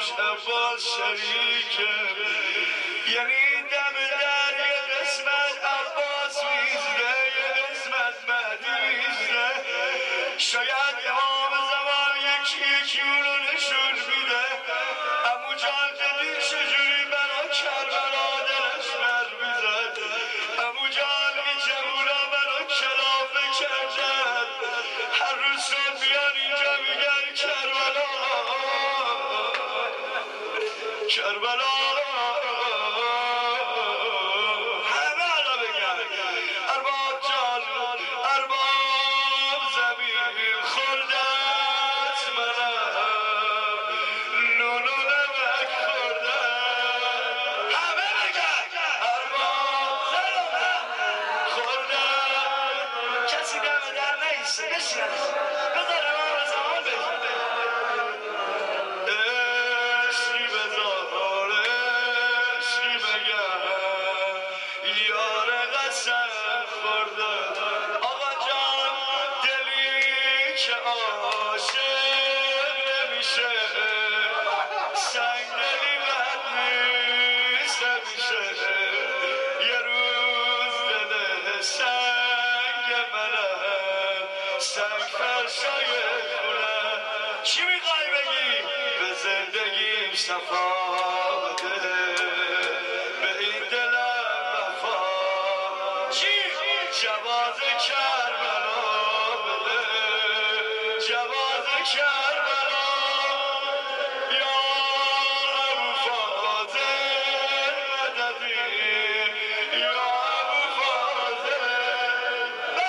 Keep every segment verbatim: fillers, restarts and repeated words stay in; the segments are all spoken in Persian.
اموش عباس شریکه، یعنی دم در یه قسمت عباس میزده، یه قسمت مهدی میزده. شاید امام زمان یکی یکی اونو نشون میده. امو جان دیدی چجوری برا کربلا دلش بر میزد. امو جان این جمونا برا کلافه کردن. هر روز صبح بیان اینجا میگن کربلا کربلا، همه حالا بگن ارباب جان ارباب زمین خوردت منم، نونو نمک خوردت، همه بگن ارباب زمین خوردت. کسی دم در نیسته بشین بذار امام زمان بگن عشقی بذار عشقی بگم یار قسم خورده. آقا جان دلی که عاشق نمیشه سنگ دلی بد نیست میشه. یه روز دل سنگ منم سنگ فرشای خونه. چی میخوای بگی؟ به زندگیم صفا بده، به این دلم وفا. چی؟ جواز کربلا بده، جواز کربلا. یا ابو فاضل مددی، یا ابو فاضل.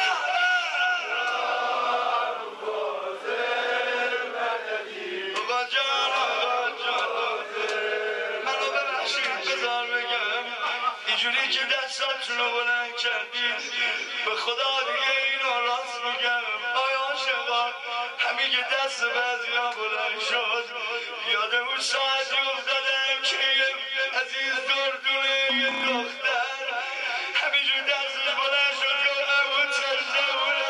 آقا جان آقا جان منو ببخشید بذار بگم اینجوری که دستاتون رو بلند کردید به خدا دیگه اینو راست میگم. آیا عاشقا همین که دست بعضی ها بلند شد یادم اون ساعتی افتادم که یه عزیز دردونه یه دختر همینجور دستش بلند شد گفت امون تشنمونه،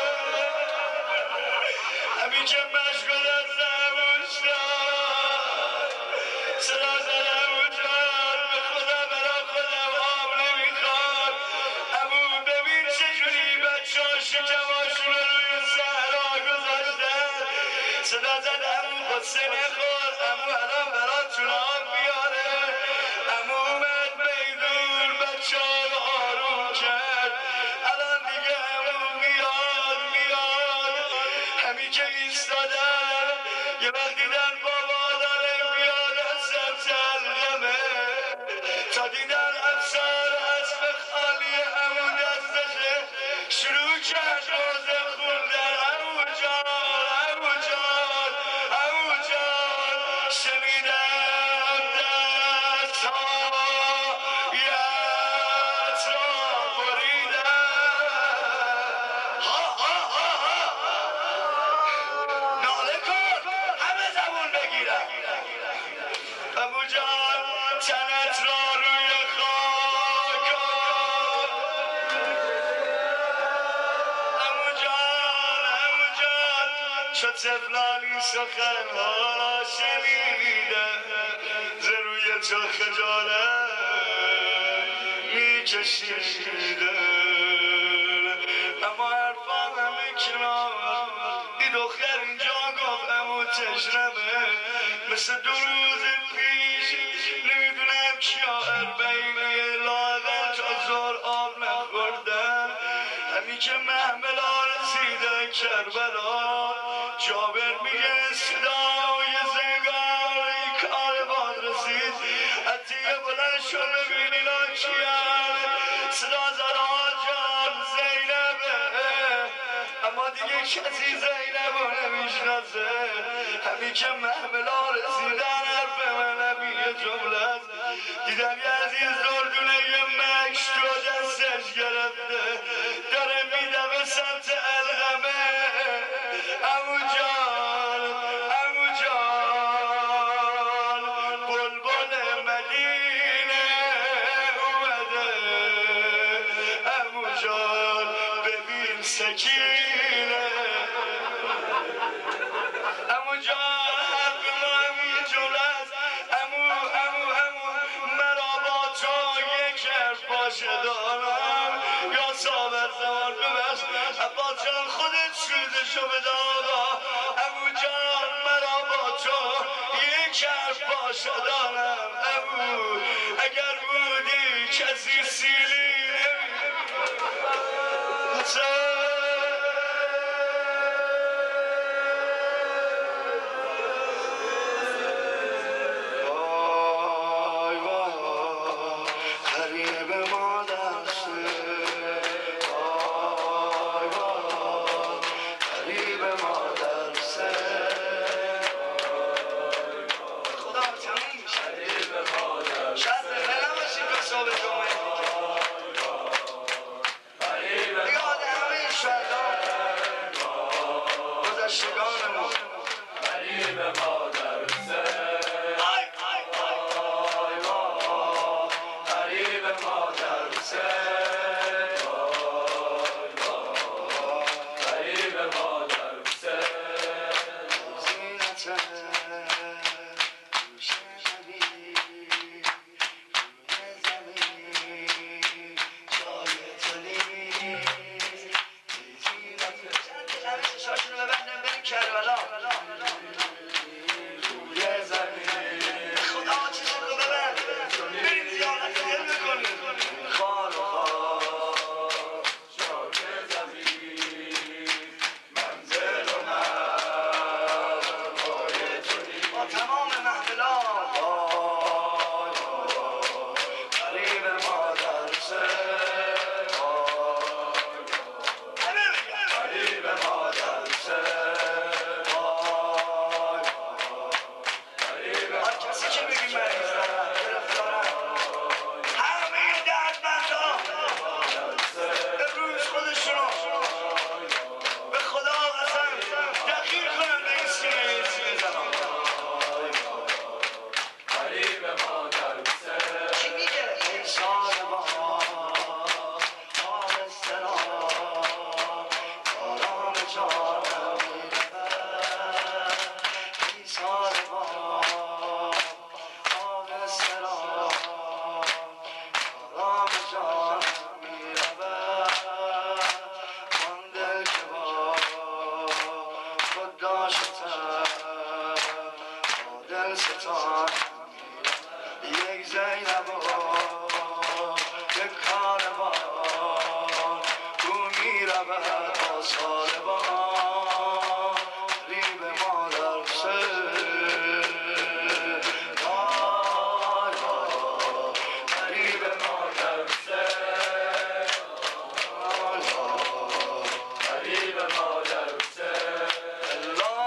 همین که مشک و دست امون شد صدا زدم اون جان به خدا برا خودم آب نمیخواد. امون ببین چجوری بچه ها شکماشون رو روی صحرا گذاشتن. صدا زد امون قصه نخور، امون الان براتون آب بیاره. امون اومد میدون بچه ها رو آروم کرد. الان دیگه امون میاد میاد. همین که ایستادن یه وقت دیدن بابا داره میاد از سلطلمه، تا دیدن افسر اسب خالی امون دستشه شروع کرد روزه خوندن. امون جان امون جان امون جان شنیدم دست هایت را بریدن. ها ها ها ها ناله کن همه زبون بگیرم. امو جان تنت را روی خاک کن. امو جان امو جان چو طفلانی سخنها را شنیده ز روی تو خجالت میکشیده. اما حرفان همه کنار این دختر اینجا گفت امو تشنمه مثل دو روز پیش نمیدونم کیا اربعینه لاغر تا زور آب نخوردن. همین که محملا رسیده کربلا جابر میگه صدای زنگار این کار باد رسید. عطیه بلند شو ببین اینا کیان. صدا زد جان زینبه، اما دیگه کسی زینب رو نمیشناسه. همین که محملا رسیدن حرف من نبیه جمله است. دیدم یه عزیز دردونه یه مکش تو دستش گرفته داره میده به سمت الغمه. امو جان امو جان بلبل مدینه اومده. امو جان ببین سکینه. امو جان حرف ما همین جمله است. سودشو بده آقا. امو جان مرا با تو یک حرف باشه دارم امو، اگر بودی کسی سیلی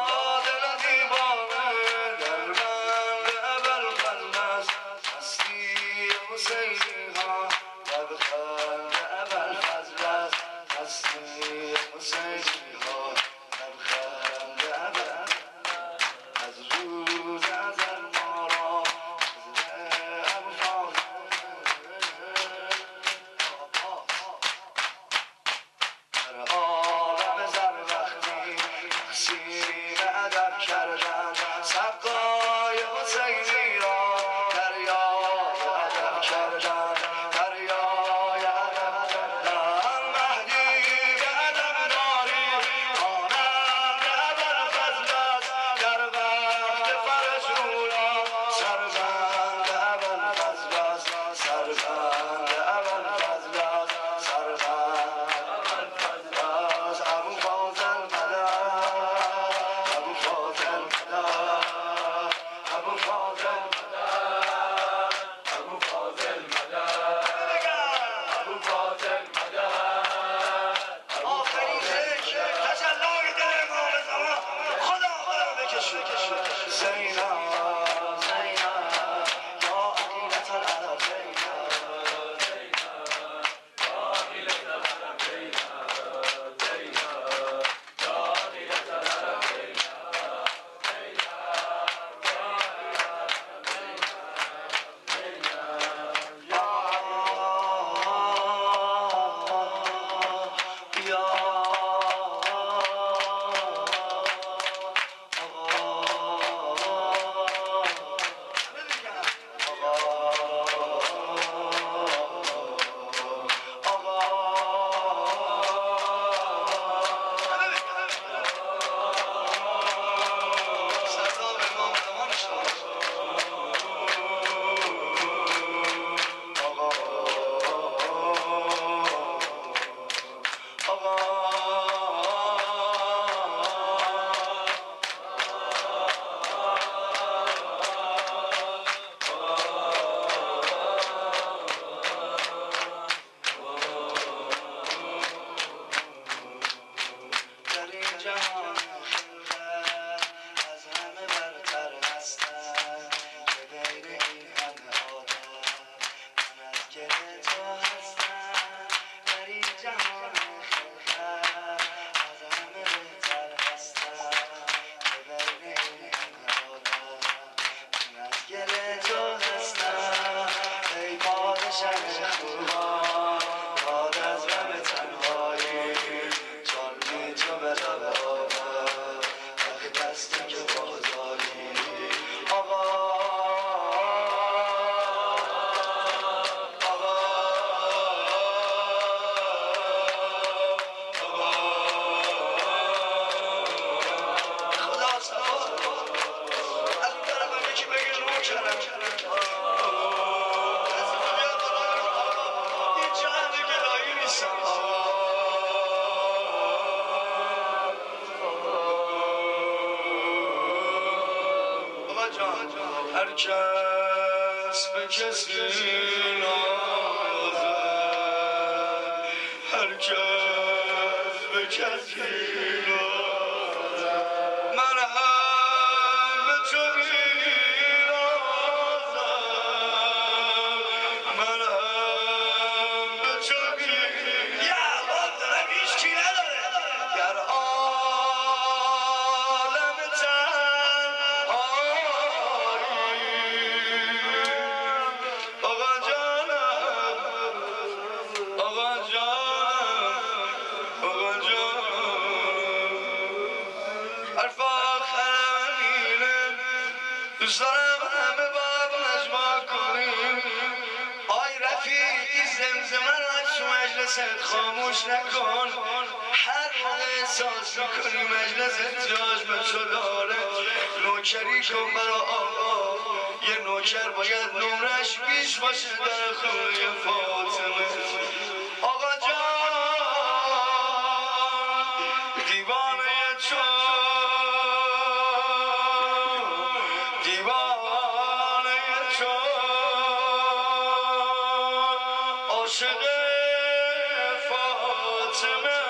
See هر کس به کسی نازد هر کس به کسی نازد من هم به تو میرازم من هم به تو میرازم یا باب دارم هیچ کی نداره در عالم تنهایی آقا جانم آقا جانم آقا جانم حرف آخرم اینه دوست دارم همه با هم نجوا کنیم آی رفیقی زمزمه رو از تو مجلست خاموش نکن هر موقع احساس میکنی مجلست جاش به تو داره نوکری کن برا آقا یه نوکر باید نمرش بیش باشه در خونه فاطمه آقا جان دیوانه تو دیوانه تو عاشق فاطمه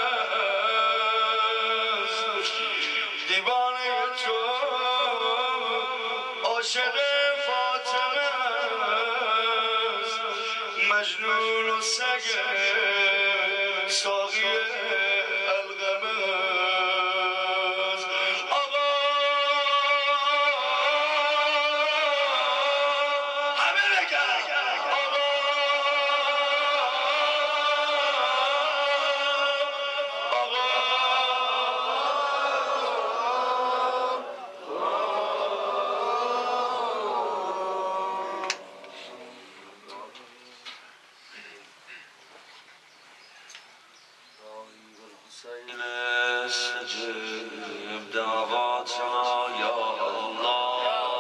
دیوانه تو عاشق فاطمه مجنون و سگ ساقی القمه آقا همه بگن آقا آقا حسین استجب دعواتنا یا الله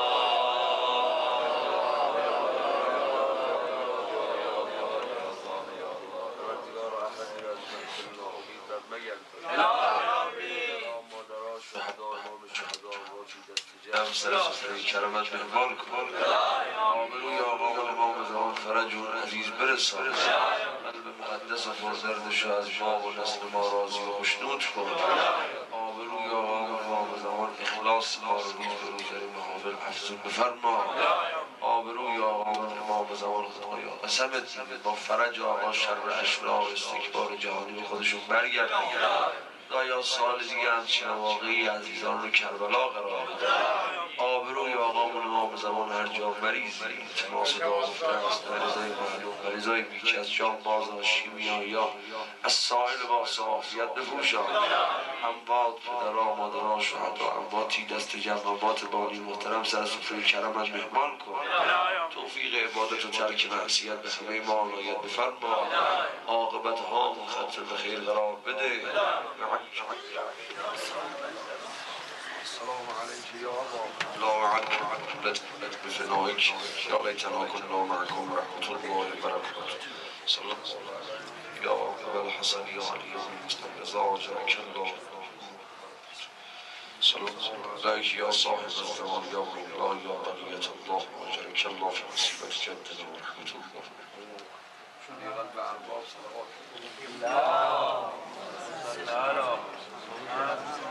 جمع سر سفره کرمت مهمان کن آمنوی آقا و امام زمان فرجون عزیز برسان قلب مقدس و پرزردش از ما و نسل ما راضی و خشنود کن آمنوی آقا و امام زمان اخلاص ما رو روز به روز در این محافل افزون بفرما آبروی آقا و امام زمان خدایا قسمت با فرج آقا شر اشرار استکبار جهانی به خودشون برگردن یا سال دیگه همچین واقعی عزیزان رو کربلا قرار بده آبروی آقامون امام زمان هر جا مریضی التماس دعا گفته است مریضای معلوم مریضای بیک از جان بازا شیمیایی از ساحل با صافیت بفروشان اموات پدرها مادرها شهدا امواتی دست جمع اموات بانی محترم سر سفره کرمت مهمان کن توفیق عبادت و ترک معصیت به همه ما عنایت بفرما عاقبت ها و خطر به خیر قرار بده السلام عليك يا الله لا عنكم لك بفنائك يا ليتنا كنا معكم ورحمة الله وبركاته صلى الله يا أبا الحسن يا علي بن المصطفى زوجك الله صلى الله عليك يا صاحب الزمان يا الله يا بقية الله وجرك الله في مصيبة جدنا ورحمة الله شو دي قلب أرباب صلوات الله